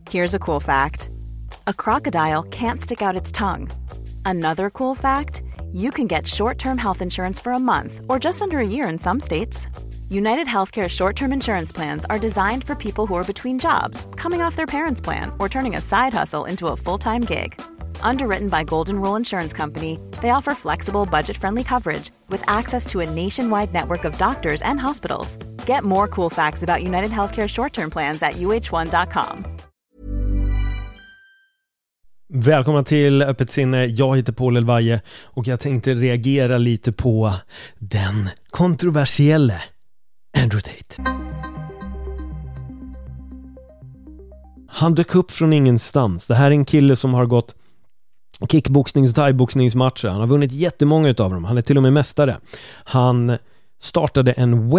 Here's a cool fact. A crocodile can't stick out its tongue. Another cool fact, you can get short-term health insurance for a month or just under a year in some states. United Healthcare short-term insurance plans are designed for people who are between jobs, coming off their parents' plan, or turning a side hustle into a full-time gig. Underwritten by Golden Rule Insurance Company, they offer flexible, budget-friendly coverage with access to a nationwide network of doctors and hospitals. Get more cool facts about United Healthcare short-term plans at uh1.com. Välkomna till Öppet sinne. Jag heter Paul Elvaje och jag tänkte reagera lite på den kontroversiella Andrew Tate. Han dök upp från ingenstans. Det här är en kille som har gått kickboxnings- och thaiboxningsmatcher. Han har vunnit jättemånga utav dem. Han är till och med mästare. Han startade en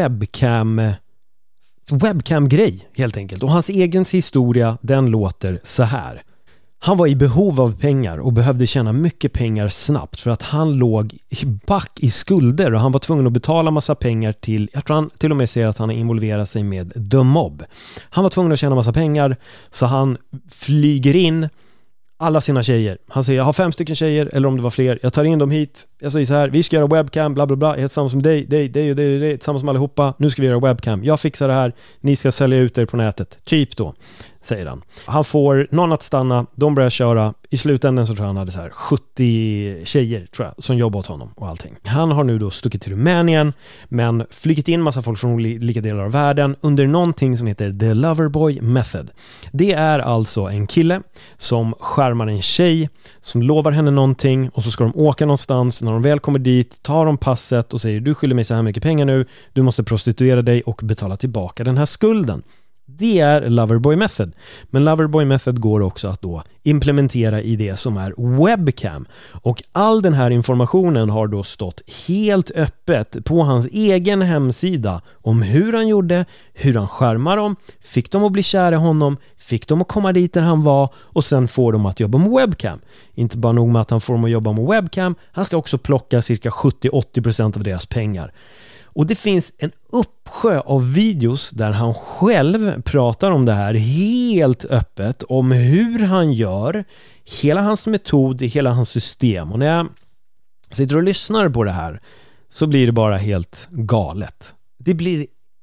webcam-grej helt enkelt. Och hans egen historia, den låter så här. Han var i behov av pengar och behövde tjäna mycket pengar snabbt för att han låg back i skulder och han var tvungen att betala massa pengar till, jag tror han till och med säger att han har involverat sig med The Mob. Han var tvungen att tjäna massa pengar så han flyger in alla sina tjejer. Han säger, jag har 5 stycken tjejer, eller om det var fler. Jag tar in dem hit. Jag säger så här, vi ska göra webcam, bla bla bla. Jag är tillsammans som dig, tillsammans som allihopa. Nu ska vi göra webcam. Jag fixar det här. Ni ska sälja ut er på nätet. Typ då, säger han. Han får någon att stanna. De börjar köra. I slutändan så tror jag han hade så här 70 tjejer, tror jag, som jobbar åt honom och allting. Han har nu då stuckit till Rumänien, men flygit in massa folk från olika delar av världen under någonting som heter The Loverboy Method. Det är alltså en kille som skärmar en tjej, som lovar henne någonting och så ska de åka någonstans. När de väl kommer dit tar de passet och säger, du skyller mig så här mycket pengar nu, du måste prostituera dig och betala tillbaka den här skulden. Det är Loverboy Method. Men Loverboy Method går också att då implementera i det som är webcam. Och all den här informationen har då stått helt öppet på hans egen hemsida om hur han gjorde, hur han skärmar dem, fick dem att bli kära i honom, fick dem att komma dit där han var och sen får de att jobba med webcam. Inte bara nog med att han får dem att jobba med webcam, han ska också plocka cirka 70-80% av deras pengar. Och det finns en uppsjö av videos där han själv pratar om det här helt öppet, om hur han gör, hela hans metod, hela hans system. Och när jag sitter och lyssnar på det här så blir det bara helt galet. Det blir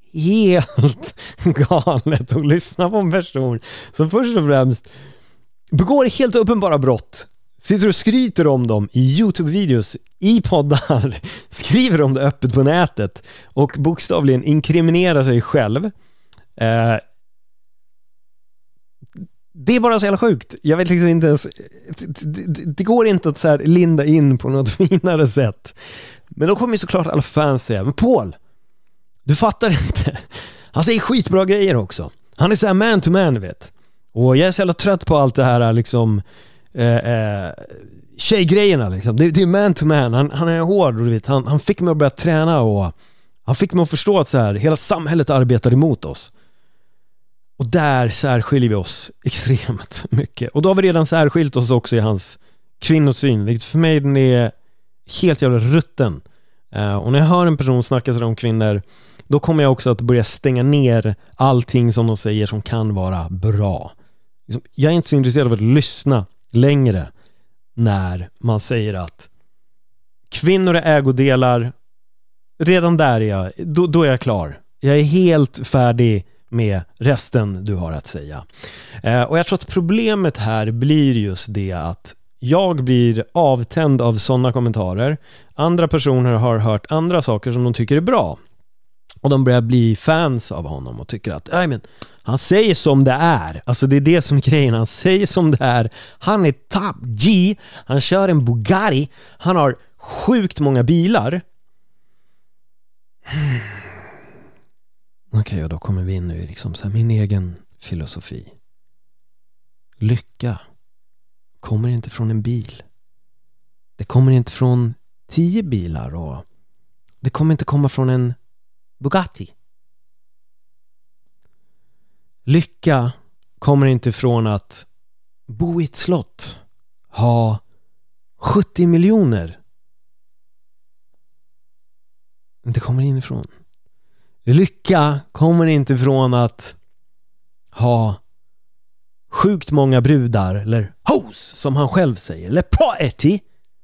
helt galet att lyssna på en person som först och främst begår helt uppenbara brott. Sitter och skryter om dem i YouTube-videos, i poddar, skriver om det öppet på nätet och bokstavligen inkriminerar sig själv. Det är bara så jävla sjukt. Jag vet liksom inte ens, det går inte att så här linda in på något finare sätt. Men då kommer ju såklart alla fans säga, men Paul, du fattar inte. Han säger skitbra grejer också. Han är så här man to man, vet. Och jag är så jävla trött på allt det här liksom tjejgrejerna liksom. Det är man to man. Han är hård och du vet, han fick mig att börja träna och han fick mig att förstå att så här, hela samhället arbetar emot oss. Och där särskiljer vi oss extremt mycket. Och då har vi redan särskilt oss också i hans kvinnosyn. Vilket för mig den är helt jävla rutten. Och när jag hör en person snacka sig om kvinnor, då kommer jag också att börja stänga ner allting som de säger som kan vara bra. Jag är inte så intresserad av att lyssna längre när man säger att kvinnor är ägodelar. Redan där är jag, då är jag klar. Jag är helt färdig med resten du har att säga. Och jag tror att problemet här blir just det att jag blir avtänd av sådana kommentarer. Andra personer har hört andra saker som de tycker är bra. Och de börjar bli fans av honom och tycker att han säger som det är. Alltså det är det som är grejen. Han säger som det är. Han är top G. Han kör en Bugatti. Han har sjukt många bilar. Okej, och då kommer vi in nu i liksom så här, min egen filosofi. Lycka kommer inte från en bil. Det kommer inte från 10 bilar och det kommer inte komma från en Bugatti. Lycka kommer inte från att bo i ett slott, ha 70 miljoner. Det kommer inifrån. Lycka kommer inte från att ha sjukt många brudar, eller hoes som han själv säger, eller party.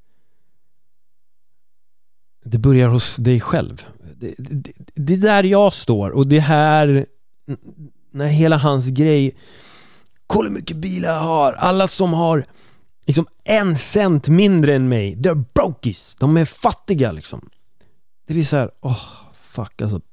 Det börjar hos dig själv. Det är där jag står, och det här, när hela hans grej, kolla hur mycket bilar jag har, alla som har liksom 1 cent mindre än mig, they're brokies, de är fattiga liksom. Det blir så här, fuck alltså.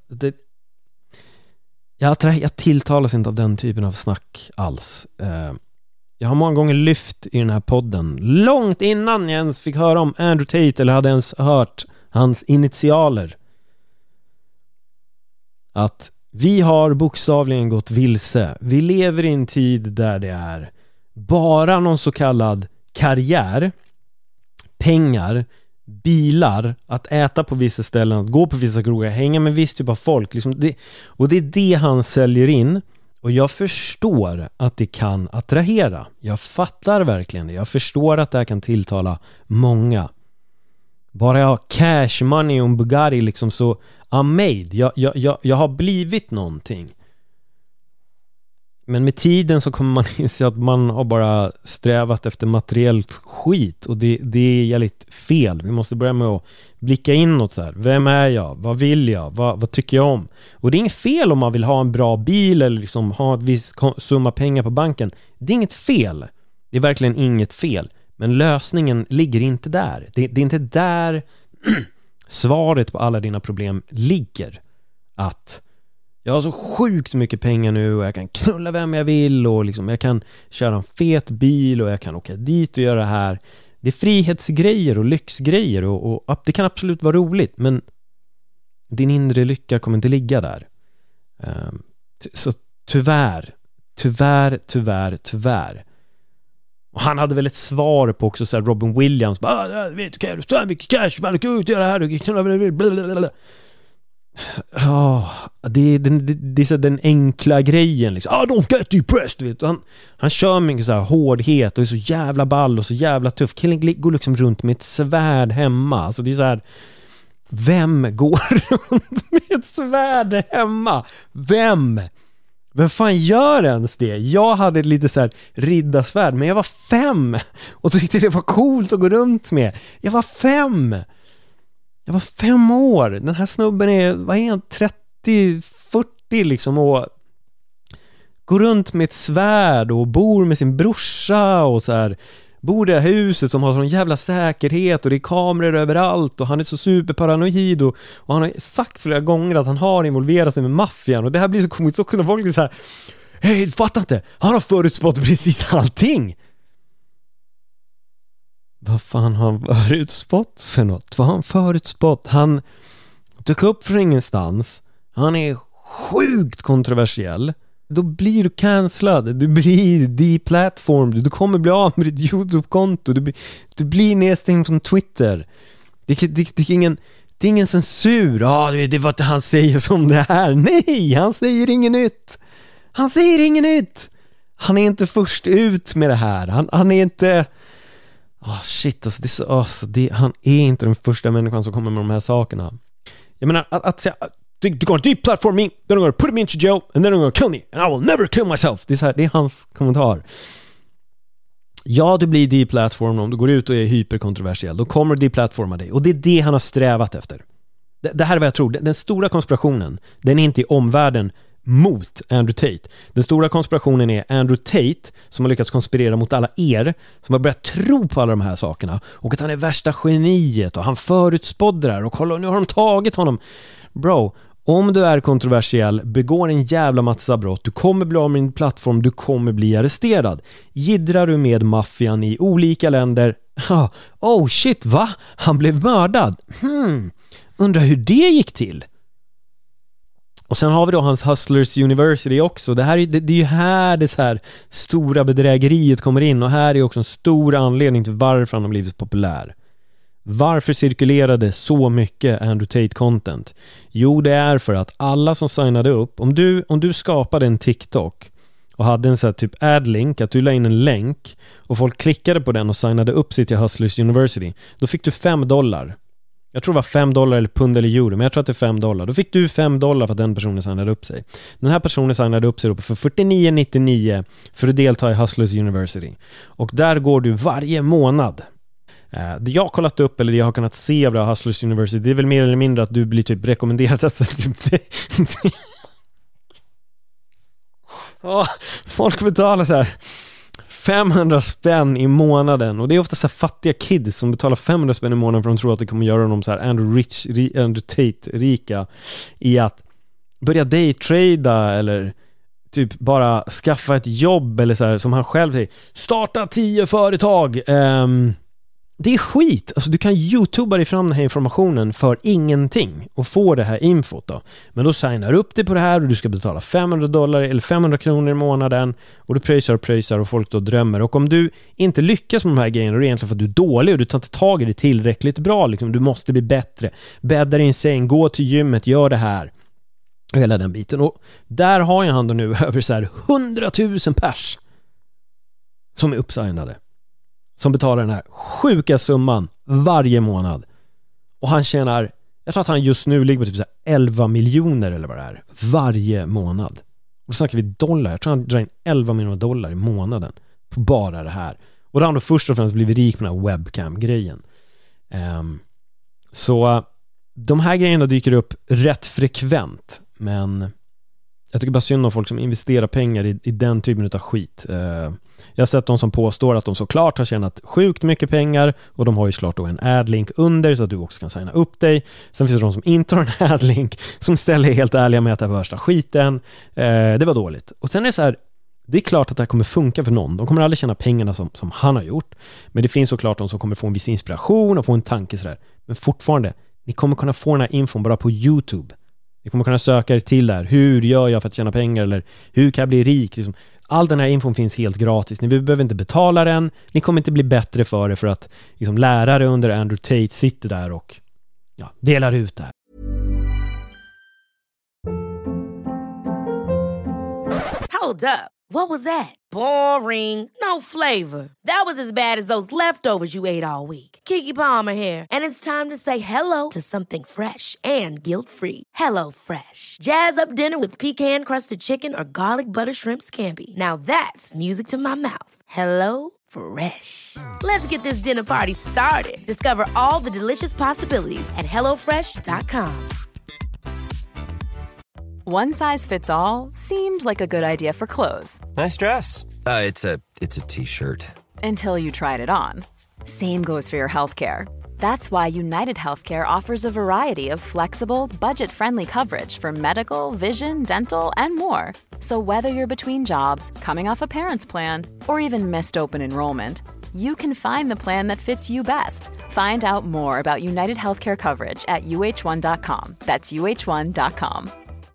Jag tilltalas inte av den typen av snack alls. Jag har många gånger lyft i den här podden, långt innan jag ens fick höra om Andrew Tate eller hade ens hört hans initialer, att vi har bokstavligen gått vilse. Vi lever i en tid där det är bara någon så kallad karriär, pengar, bilar, att äta på vissa ställen, att gå på vissa krogar, hänga med viss typ av folk liksom. Och det är det han säljer in. Och jag förstår att det kan attrahera. Jag fattar verkligen det. Jag förstår att det här kan tilltala många. Bara jag har cash money och Bugatti liksom, så I'm made. Jag har blivit någonting. Men med tiden så kommer man inse att man har bara strävat efter materiellt skit, och det är jävligt fel. Vi måste börja med att blicka inåt så här. Vem är jag? Vad vill jag? Vad tycker jag om? Och det är inget fel om man vill ha en bra bil eller liksom ha ett viss summa pengar på banken. Det är inget fel. Det är verkligen inget fel. Men lösningen ligger inte där. Det är inte där svaret på alla dina problem ligger. Att jag har så sjukt mycket pengar nu och jag kan knulla vem jag vill och liksom jag kan köra en fet bil och jag kan åka dit och göra det här. Det är frihetsgrejer och lyxgrejer och det kan absolut vara roligt, men din inre lycka kommer inte ligga där. Så tyvärr. Och han hade väl ett svar på också så här, Robin Williams. Vet du, kan du ställa mycket cash? Man kan ut göra det här och knulla. Det är så den enkla grejen liksom. Don't get depressed, vet du. Han kör mycket så här hårdhet och är så jävla ball och så jävla tuff. Killen går liksom runt med ett svärd hemma. Alltså det är så här, vem går runt med ett svärd hemma? Vem fan gör ens det? Jag hade lite så här riddarsvärd, men jag var 5 och så tyckte det var coolt att gå runt med. Jag var 5 år. Den här snubben är, vad är han, 30-40 liksom, och går runt med ett svärd och bor med sin brorsa och så här, bor i det här huset som har sån jävla säkerhet och det är kameror överallt och han är så superparanoid och han har sagt flera gånger att han har involverat sig med maffian, och det här blir så komiskt också när folk blir så här, hej, fattar inte, han har förutspått precis allting. Vad fan har han förutspått för något? Vad har han förutspått? Han dök upp från ingenstans. Han är sjukt kontroversiell. Då blir du cancellad. Du blir deplatformad. Du kommer bli av med ditt YouTube-konto. Du blir nedstängd från Twitter. Det är ingen censur. Det var inte han säger som det här. Nej, han säger inget nytt. Han är inte först ut med det här. Han är inte... shit, alltså han är inte den första människan som kommer med de här sakerna. Jag menar, att säga you're gonna deplatform me, then I'm gonna put me into jail and then I'm gonna kill me and I will never kill myself. Det är hans kommentar. Ja, du blir deplatformad om du går ut och är hyperkontroversiell. Då kommer du deplatforma dig. Och det är det han har strävat efter. Det här är vad jag tror. Den stora konspirationen, den är inte i omvärlden mot Andrew Tate. Den stora konspirationen är Andrew Tate som har lyckats konspirera mot alla er som har börjat tro på alla de här sakerna och att han är värsta geniet och han förutspådde det här och kolla, nu har de tagit honom. Bro, om du är kontroversiell, begår en jävla massa brott, du kommer bli av med din plattform, du kommer bli arresterad. Jiddrar du med maffian i olika länder, oh shit, va? Han blev mördad. Undrar hur det gick till. Och sen har vi då hans Hustlers University också. Det är ju här det så här stora bedrägeriet kommer in, och här är också en stor anledning till varför han har blivit populär. Varför cirkulerade så mycket Andrew Tate-content? Jo, det är för att alla som signade upp, om du skapade en TikTok och hade en så här typ ad-link, att du la in en länk och folk klickade på den och signade upp sig till Hustlers University, då fick du $5. Jag tror det var $5 eller pund eller euro, men jag tror att det är $5. Då fick du $5 för att den personen signade upp sig. Den här personen signade upp sig för $49.99 för att delta i Hustlers University. Och där går du varje månad. Det jag har kollat upp, eller det jag har kunnat se av Hustlers University, det är väl mer eller mindre att du blir typ rekommenderad att folk betalar så här 500 spänn i månaden, och det är ofta så här fattiga kids som betalar 500 spänn i månaden för att de tror att det kommer göra dem så här Andrew Tate rika i att börja daytrada eller typ bara skaffa ett jobb, eller så här, som han själv säger, starta 10 företag. Det är skit. Alltså, du kan youtuba dig fram den här informationen för ingenting och få det här infot då. Men då signar upp dig på det här och du ska betala $500 eller 500 kronor i månaden, och du pröjsar och folk då drömmer. Och om du inte lyckas med de här grejerna, då är det egentligen för att du är dålig och du tar inte tag i det tillräckligt bra. Liksom. Du måste bli bättre. Bädda din säng, gå till gymmet, gör det här. Och hela den biten. Och där har jag han då nu över så här 100 000 pers som är uppsignade, som betalar den här sjuka summan varje månad. Och han tjänar, jag tror att han just nu ligger på typ så här 11 miljoner eller vad det är varje månad. Och då snackar vi dollar. Jag tror han drar in $11 miljoner i månaden på bara det här. Och då har han då först och främst blivit rik på den här webcam-grejen. Så de här grejerna dyker upp rätt frekvent, men jag tycker bara synd om folk som investerar pengar i den typen av skit. Jag har sett de som påstår att de såklart har tjänat sjukt mycket pengar, och de har ju såklart då en adlink under så att du också kan signa upp dig. Sen finns det de som inte har en adlink, som ställer helt ärliga med att det var värsta skiten. Det var dåligt. Och sen är det så här, det är klart att det här kommer funka för någon. De kommer aldrig tjäna pengarna som han har gjort. Men det finns såklart de som kommer få en viss inspiration och få en tanke sådär. Men fortfarande, ni kommer kunna få den här infon bara på YouTube. Ni kommer kunna söka er till där. Hur gör jag för att tjäna pengar? Eller hur kan jag bli rik? Liksom, all den här infon finns helt gratis. Ni behöver inte betala den. Ni kommer inte bli bättre för det för att liksom, lärare under Andrew Tate sitter där och delar ut det här. Hold up. What was that? Boring. No flavor. That was as bad as those leftovers you ate all week. Keke Palmer here. And it's time to say hello to something fresh and guilt-free. Hello Fresh. Jazz up dinner with pecan-crusted chicken or garlic butter shrimp scampi. Now that's music to my mouth. Hello Fresh. Let's get this dinner party started. Discover all the delicious possibilities at hellofresh.com. One size fits all seemed like a good idea for clothes. Nice dress. It's a t-shirt. Until you tried it on. Same goes for your healthcare. That's why United Healthcare offers a variety of flexible, budget-friendly coverage for medical, vision, dental, and more. So whether you're between jobs, coming off a parent's plan, or even missed open enrollment, you can find the plan that fits you best. Find out more about United Healthcare coverage at uh1.com. That's uh1.com.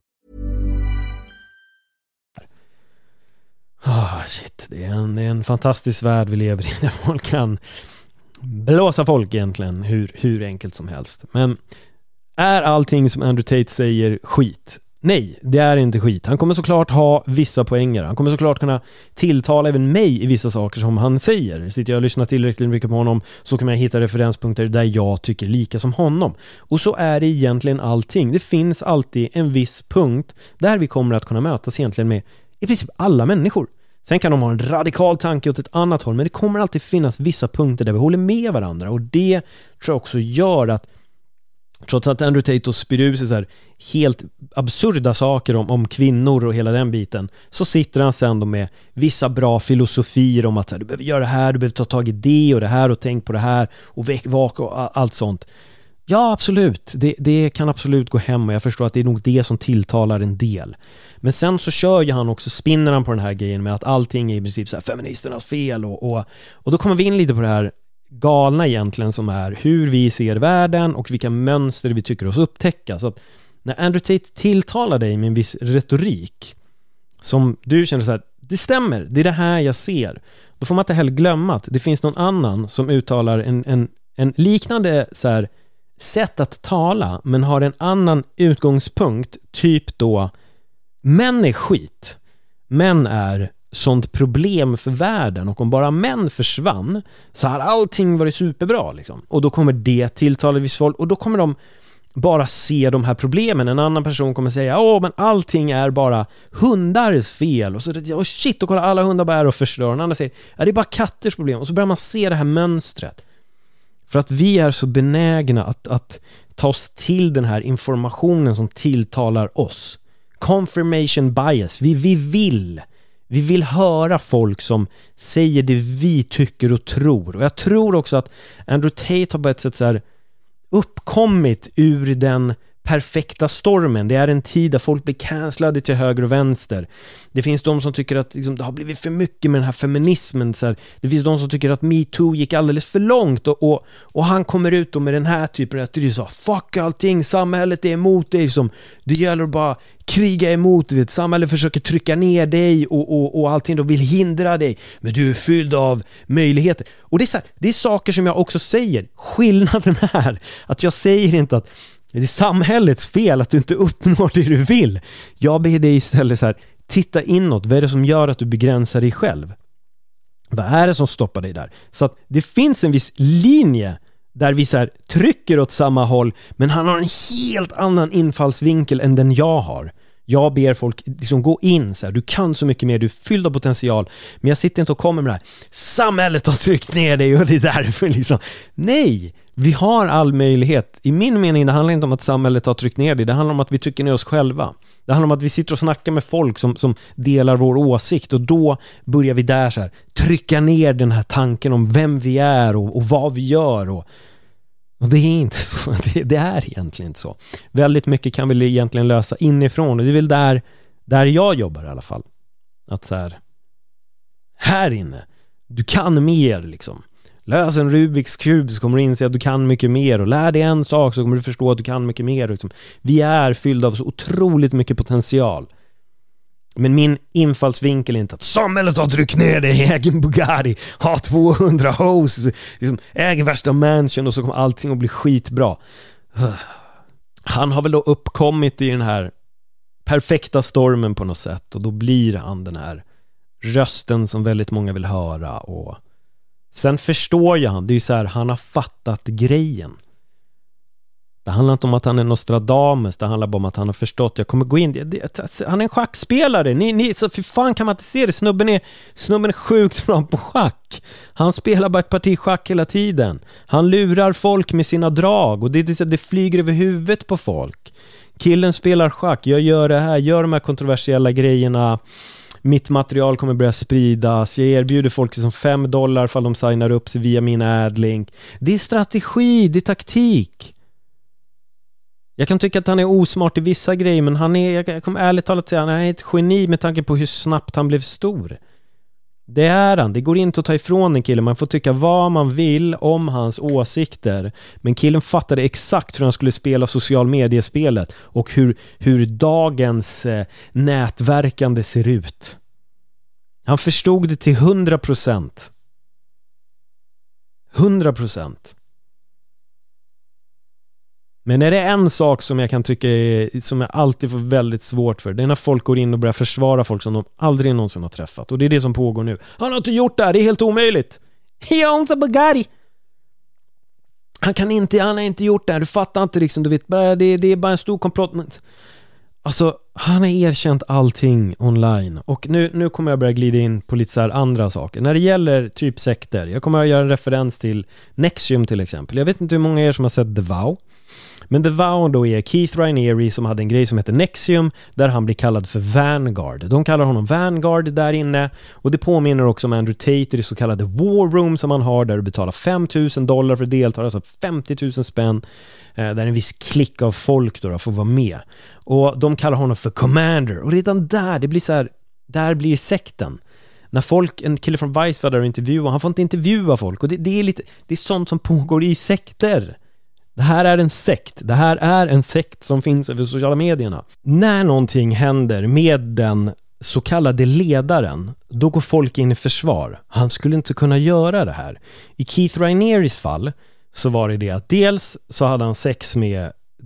Shit, det är en fantastisk värld vi lever i, där folk kan blåsa folk egentligen hur enkelt som helst. Men är allting som Andrew Tate säger skit? Nej, det är inte skit. Han kommer såklart ha vissa poänger. Han kommer såklart kunna tilltala även mig i vissa saker som han säger. Sitter jag och lyssnar tillräckligt mycket på honom, så kan jag hitta referenspunkter där jag tycker lika som honom. Och så är det egentligen allting. Det finns alltid en viss punkt där vi kommer att kunna mötas egentligen med i princip alla människor. Sen kan de ha en radikal tanke åt ett annat håll, men det kommer alltid finnas vissa punkter där vi håller med varandra, och det tror jag också gör att, trots att Andrew Tate spyr ut sig så här helt absurda saker om kvinnor och hela den biten, så sitter han sen då med vissa bra filosofier om att du behöver göra det här, du behöver ta tag i det och det här och tänk på det här och vaka och allt sånt. Ja, absolut. Det kan absolut gå hem, och jag förstår att det är nog det som tilltalar en del. Men sen så kör ju han också, spinner han på den här grejen med att allting är i princip så här feministernas fel, och då kommer vi in lite på det här galna egentligen, som är hur vi ser världen och vilka mönster vi tycker oss upptäcka. Så att när Andrew Tate tilltalar dig med en viss retorik som du känner så här, det stämmer, det är det här jag ser, då får man inte heller glömma att det finns någon annan som uttalar en liknande så här sätt att tala, men har en annan utgångspunkt, typ då män är skit, män är sånt problem för världen, och om bara män försvann så har allting varit superbra liksom. Och då kommer det tilltala viss folk, och då kommer de bara se de här problemen. En annan person kommer säga, men allting är bara hundars fel, och så shit, och kolla, alla hundar bara är och förstör. En annan säger, det är bara katters problem, och så börjar man se det här mönstret. För att vi är så benägna att ta oss till den här informationen som tilltalar oss. Confirmation bias. Vi vill höra folk som säger det vi tycker och tror. Och jag tror också att Andrew Tate har på ett sätt så här uppkommit ur den perfekta stormen. Det är en tid där folk blir cancellade till höger och vänster. Det finns de som tycker att liksom, det har blivit för mycket med den här feminismen. Så här. Det finns de som tycker att MeToo gick alldeles för långt, och han kommer ut med den här typen att det är så, fuck allting, samhället är emot dig, som det gäller att bara kriga emot, vet. Samhället försöker trycka ner dig och allting, de vill hindra dig, men du är fylld av möjligheter. Och det är, så här, det är saker som jag också säger. Skillnaden är att jag säger inte att det är samhällets fel att du inte uppnår det du vill. Jag ber dig istället så här, titta inåt. Vad är det som gör att du begränsar dig själv? Vad är det som stoppar dig där? Så att det finns en viss linje där vi så här trycker åt samma håll, men han har en helt annan infallsvinkel än den jag har. Jag ber folk liksom gå in så här, du kan så mycket mer, du är fylld av potential, men jag sitter inte och kommer med det här, samhället har tryckt ner dig och det är därför liksom. Nej, vi har all möjlighet. I min mening, det handlar inte om att samhället har tryckt ner dig, det handlar om att vi trycker ner oss själva. Det handlar om att vi sitter och snackar med folk som delar vår åsikt, och då börjar vi där så här, trycka ner den här tanken om vem vi är och vad vi gör, och det är inte så. Det är egentligen inte så. Väldigt mycket kan vi egentligen lösa inifrån, och det är väl där jag jobbar i alla fall. Att så här inne, du kan mer liksom. Lös en Rubiks kub så kommer du inse att du kan mycket mer, och lär dig en sak så kommer du förstå att du kan mycket mer liksom. Vi är fyllda av så otroligt mycket potential. Men min infallsvinkel är inte att samhället har tryckt ner dig, egen Bugatti, har 200 hoes, liksom, äger värsta mansion, och så kommer allting att bli skitbra. Han har väl då uppkommit i den här perfekta stormen på något sätt, och då blir han den här rösten som väldigt många vill höra. Och sen förstår jag han, det är ju så här, han har fattat grejen. Det handlar inte om att han är Nostradamus, det handlar bara om att han har förstått. Jag kommer gå in, han är en schackspelare. Så för fan kan man inte se det. Snubben är sjukt bra på schack. Han spelar bara ett parti schack hela tiden. Han lurar folk med sina drag, och det flyger över huvudet på folk. Killen spelar schack, jag gör det här, gör de här kontroversiella grejerna. Mitt material kommer börja spridas. Jag erbjuder folk som $5 för de signar upp sig via min adlink. Det är strategi, det är taktik. Jag kan tycka att han är osmart i vissa grejer, men jag kommer ärligt talat säga, han är ett geni med tanke på hur snabbt han blev stor. Det är han. Det går inte att ta ifrån en kille. Man får tycka vad man vill om hans åsikter. Men killen fattade exakt hur han skulle spela social mediespelet och hur dagens nätverkande ser ut. Han förstod det till 100%. 100%. Men är det en sak som jag kan tycka som jag alltid får väldigt svårt för, det är när folk går in och börjar försvara folk som de aldrig någonsin har träffat. Och det är det som pågår nu. Han har inte gjort det här, det är helt omöjligt. He owns a Bugatti. Han har inte gjort det här, du fattar inte liksom, du vet, det är bara en stor komplott. Alltså, han har erkänt allting online. Och nu kommer jag börja glida in på lite så här andra saker. När det gäller typ sekter, jag kommer att göra en referens till NXIVM till exempel. Jag vet inte hur många er som har sett The Vow. Men The Vow då är Keith Raniere som hade en grej som heter NXIVM, där han blir kallad för Vanguard. De kallar honom Vanguard där inne, och det påminner också om Andrew Tate i det så kallade War Room som man har, där du betalar $5,000 för deltagare, alltså 50 000 spänn, där en viss klick av folk då får vara med. Och de kallar honom för Commander, och redan där, det blir så här, där blir sekten. När en kille från Vice var där och intervjuade, han får inte intervjua folk, och det är sånt som pågår i sekter. Det här är en sekt. Det här är en sekt som finns över sociala medierna. När någonting händer med den så kallade ledaren, då går folk in i försvar. Han skulle inte kunna göra det här. I Keith Ranieres fall så var det att dels så hade han sex med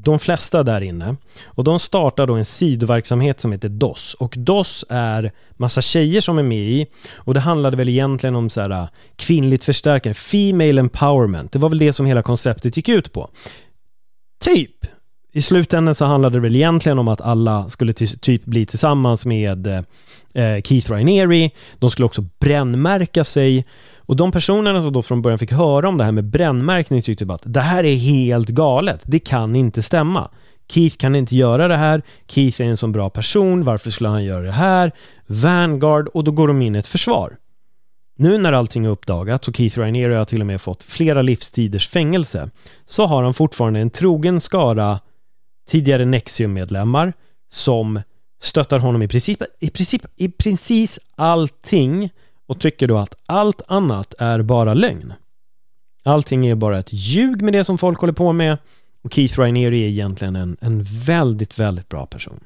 de flesta där inne. Och de startar då en sidoverksamhet som heter DOS. Och DOS är massa tjejer som är med i. Och det handlade väl egentligen om så här, kvinnligt förstärkande, female empowerment. Det var väl det som hela konceptet gick ut på. Typ. I slutändan så handlade det väl egentligen om att alla skulle typ bli tillsammans med Keith Raniere. De skulle också brännmärka sig. Och de personerna som då från början fick höra om det här med brännmärkning tyckte att det här är helt galet. Det kan inte stämma. Keith kan inte göra det här. Keith är en så bra person. Varför skulle han göra det här? Vanguard. Och då går de in i ett försvar. Nu när allting är uppdagat så Keith Raniere har till och med fått flera livstiders fängelse, så har han fortfarande en trogen skara tidigare Nexium-medlemmar som stöttar honom i precis allting och tycker då att allt annat är bara lögn. Allting är bara ett ljug med det som folk håller på med, och Keith Raniere är egentligen en väldigt, väldigt bra person.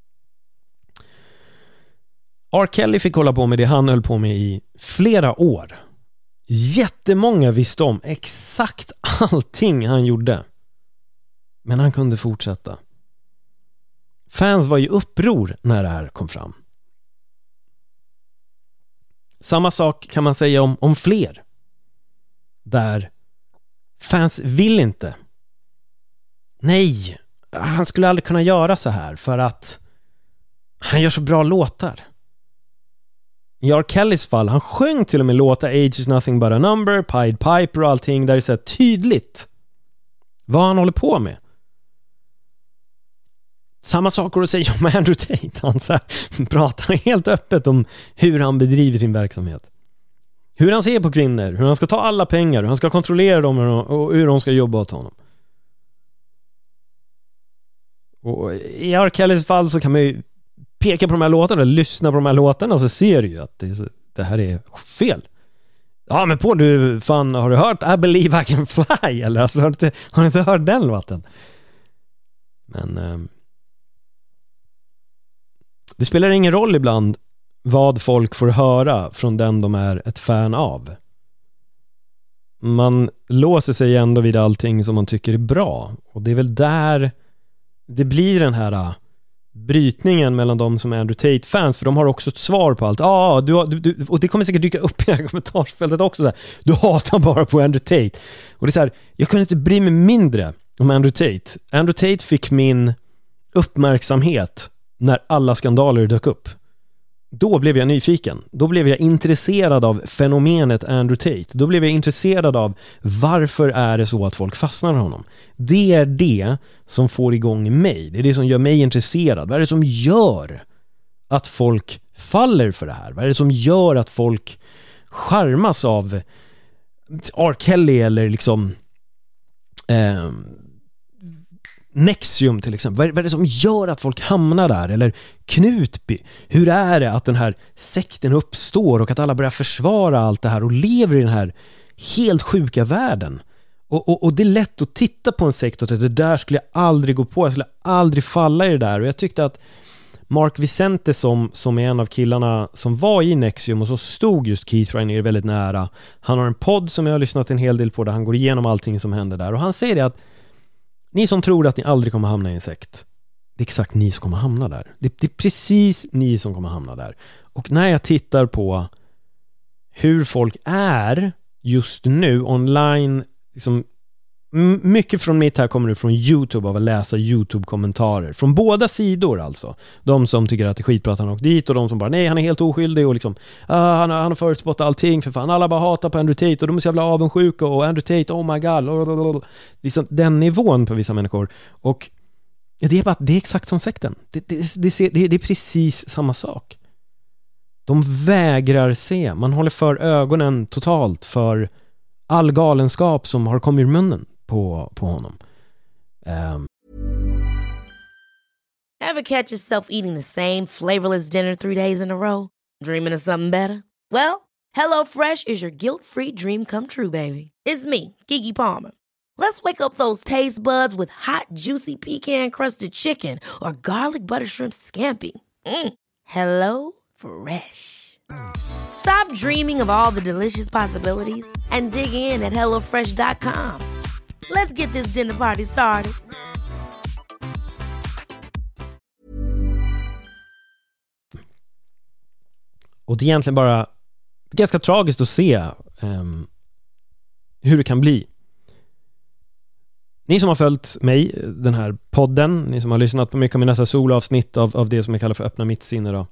R. Kelly fick hålla på med det han höll på med i flera år. Jättemånga visste om exakt allting han gjorde. Men han kunde fortsätta. Fans var i uppror när det här kom fram. Samma sak kan man säga om fler. Där fans vill inte. Nej, han skulle aldrig kunna göra så här för att han gör så bra låtar. I R. Kellys fall, han sjöng till och med låtar Age is nothing but a number, Pied Piper och allting, där det är så tydligt vad han håller på med. Samma saker att säga om Andrew Tate. Han så här, pratar helt öppet om hur han bedriver sin verksamhet. Hur han ser på kvinnor, hur han ska ta alla pengar, hur han ska kontrollera dem och hur de ska jobba åt honom. Och i R. Kellys fall så kan man ju peka på de här låtarna, lyssna på de här låtarna, och så ser du ju att det här är fel. Ja, men på du, fan, har du hört I Believe I Can Fly? Eller alltså, har du inte hört den låten? Men det spelar ingen roll ibland vad folk får höra från den de är ett fan av. Man låser sig ändå vid allting som man tycker är bra. Och det är väl där det blir den här brytningen mellan de som är Andrew Tate-fans, för de har också ett svar på allt. Du, och det kommer säkert dyka upp i det här kommentarsfältet också. Så här, du hatar bara på Andrew Tate. Och det är så här, jag kunde inte bry mig mindre om Andrew Tate. Andrew Tate fick min uppmärksamhet när alla skandaler dök upp. Då blev jag nyfiken. Då blev jag intresserad av fenomenet Andrew Tate. Då blev jag intresserad av varför är det så att folk fastnar i honom. Det är det som får igång mig. Det är det som gör mig intresserad. Vad är det som gör att folk faller för det här? Vad är det som gör att folk charmas av R. Kelly eller liksom Nexium till exempel? Vad är det som gör att folk hamnar där? Eller Knutby? Hur är det att den här sekten uppstår och att alla börjar försvara allt det här och lever i den här helt sjuka världen? Och det är lätt att titta på en sekt och att det där skulle jag aldrig gå på. Jag skulle aldrig falla i det där. Och jag tyckte att Mark Vicente som är en av killarna som var i Nexium och så stod just Keith Raniere väldigt nära. Han har en podd som jag har lyssnat en hel del på där han går igenom allting som händer där. Och han säger det att ni som tror att ni aldrig kommer hamna i en sekt, det är exakt ni som kommer hamna där. Det är precis ni som kommer hamna där. Och när jag tittar på hur folk är just nu online, liksom, mycket från mitt här kommer nu från YouTube, av att läsa YouTube-kommentarer från båda sidor alltså. De som tycker att det är skitbra att han åkt dit och de som bara nej, han är helt oskyldig och liksom han har förutspått allting för fan, alla bara hatar på Andrew Tate och de är så jävla avundsjuka och Andrew Tate, oh my god. Det är den nivån på vissa människor. Och det är bara, det är exakt som sekten. Det är precis samma sak. De vägrar se. Man håller för ögonen totalt för all galenskap som har kommit ur munnen på honom. Ever catch yourself eating the same flavorless dinner 3 days in a row? Dreaming of something better? Well, HelloFresh is your guilt-free dream come true, baby. It's me, Keke Palmer. Let's wake up those taste buds with hot, juicy pecan-crusted chicken or garlic butter shrimp scampi. Hello Fresh. Stop dreaming of all the delicious possibilities and dig in at HelloFresh.com. Let's get this dinner party started. Och det är egentligen bara ganska tragiskt att se hur det kan bli. Ni som har följt mig, den här podden, ni som har lyssnat på mycket av mina solavsnitt av det som jag kallar för öppna mitt sinne då.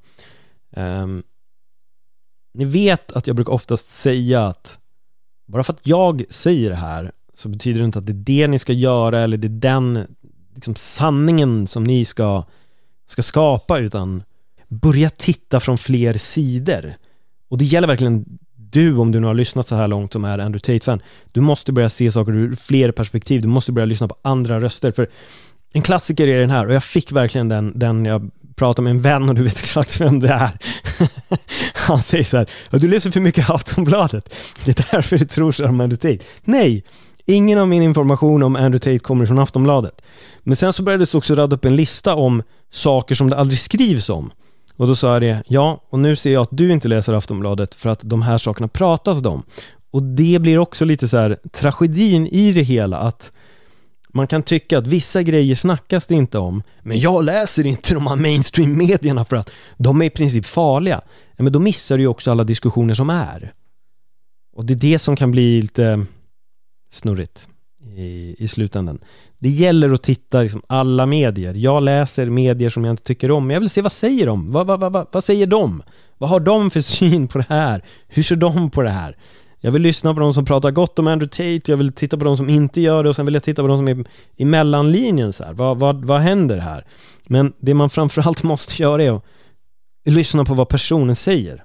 Ni vet att jag brukar oftast säga att bara för att jag säger det här så betyder det inte att det är det ni ska göra eller det är den liksom sanningen som ni ska skapa, utan börja titta från fler sidor. Och det gäller verkligen du, om du nu har lyssnat så här långt som är Andrew Tate-fan. Du måste börja se saker ur fler perspektiv. Du måste börja lyssna på andra röster. För en klassiker är den här, och jag fick verkligen den jag pratade med en vän och du vet exakt vem det är. Han säger så här: du läser för mycket Aftonbladet. Det är därför du tror så om Andrew Tate. Nej, ingen av min information om Andrew Tate kommer från Aftonbladet. Men sen så började det också rada upp en lista om saker som det aldrig skrivs om. Och då sa jag det, ja, och nu ser jag att du inte läser Aftonbladet för att de här sakerna pratas om. Och det blir också lite så här tragedin i det hela, att man kan tycka att vissa grejer snackas det inte om, men jag läser inte de här mainstream-medierna för att de är i princip farliga. Ja, men då missar du ju också alla diskussioner som är. Och det är det som kan bli lite snurrigt i slutändan. Det gäller att titta liksom alla medier. Jag läser medier som jag inte tycker om, men jag vill se vad säger de? Vad säger de? Vad har de för syn på det här? Hur ser de på det här? Jag vill lyssna på de som pratar gott om Andrew Tate, jag vill titta på de som inte gör det, och sen vill jag titta på de som är i mellanlinjen så här. Vad händer här? Men det man framförallt måste göra är att lyssna på vad personen säger.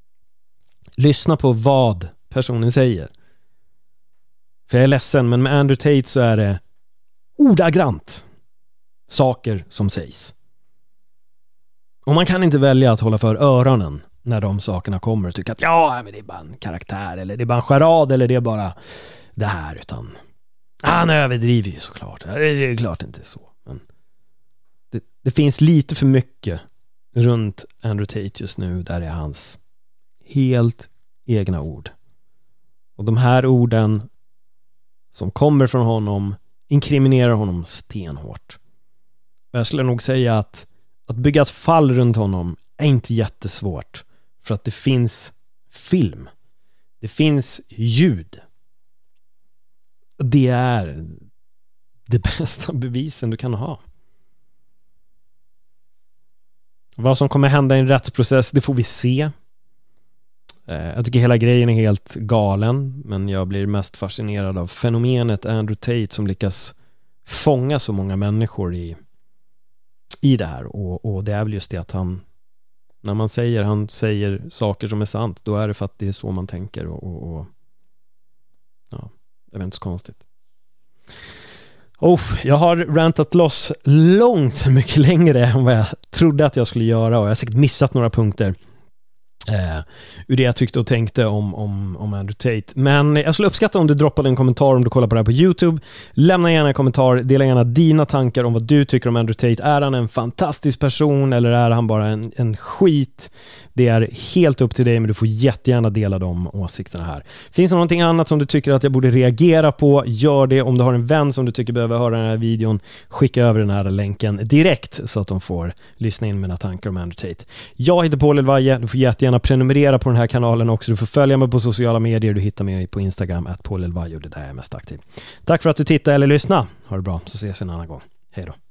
Lyssna på vad personen säger. För jag är ledsen, men med Andrew Tate så är det ordagrant saker som sägs. Och man kan inte välja att hålla för öronen när de sakerna kommer och tycka att ja, men det är bara en karaktär, eller det är bara en charad, eller det är bara det här, utan han överdriver ju såklart. Det är klart inte så. Men det finns lite för mycket runt Andrew Tate just nu där det är hans helt egna ord. Och de här orden som kommer från honom inkriminerar honom stenhårt. Jag skulle nog säga att bygga ett fall runt honom är inte jättesvårt, för att det finns film. Det finns ljud. Det är det bästa bevisen du kan ha. Vad som kommer hända i en rättsprocess, det får vi se. Jag tycker hela grejen är helt galen, men jag blir mest fascinerad av fenomenet Andrew Tate som lyckas fånga så många människor i det här. Och det är väl just det att när han säger saker som är sant, då är det för att det är så man tänker, och ja, det är inte så konstigt. Jag har rantat loss långt mycket längre än vad jag trodde att jag skulle göra, och jag har säkert missat några punkter ur det jag tyckte och tänkte om Andrew Tate. Men jag skulle uppskatta om du droppade en kommentar om du kollar på det här på YouTube. Lämna gärna en kommentar, dela gärna dina tankar om vad du tycker om Andrew Tate. Är han en fantastisk person eller är han bara en skit? Det är helt upp till dig, men du får jättegärna dela de åsikterna här. Finns det någonting annat som du tycker att jag borde reagera på? Gör det. Om du har en vän som du tycker behöver höra den här videon, skicka över den här länken direkt så att de får lyssna in mina tankar om Andrew Tate. Jag heter Paul Elvaje. Du får jättegärna prenumerera på den här kanalen också. Du får följa mig på sociala medier. Du hittar mig på Instagram @Paul Elvaje, och det där är jag mest aktiv. Tack för att du tittade eller lyssnade. Ha det bra, så ses vi en annan gång. Hej då.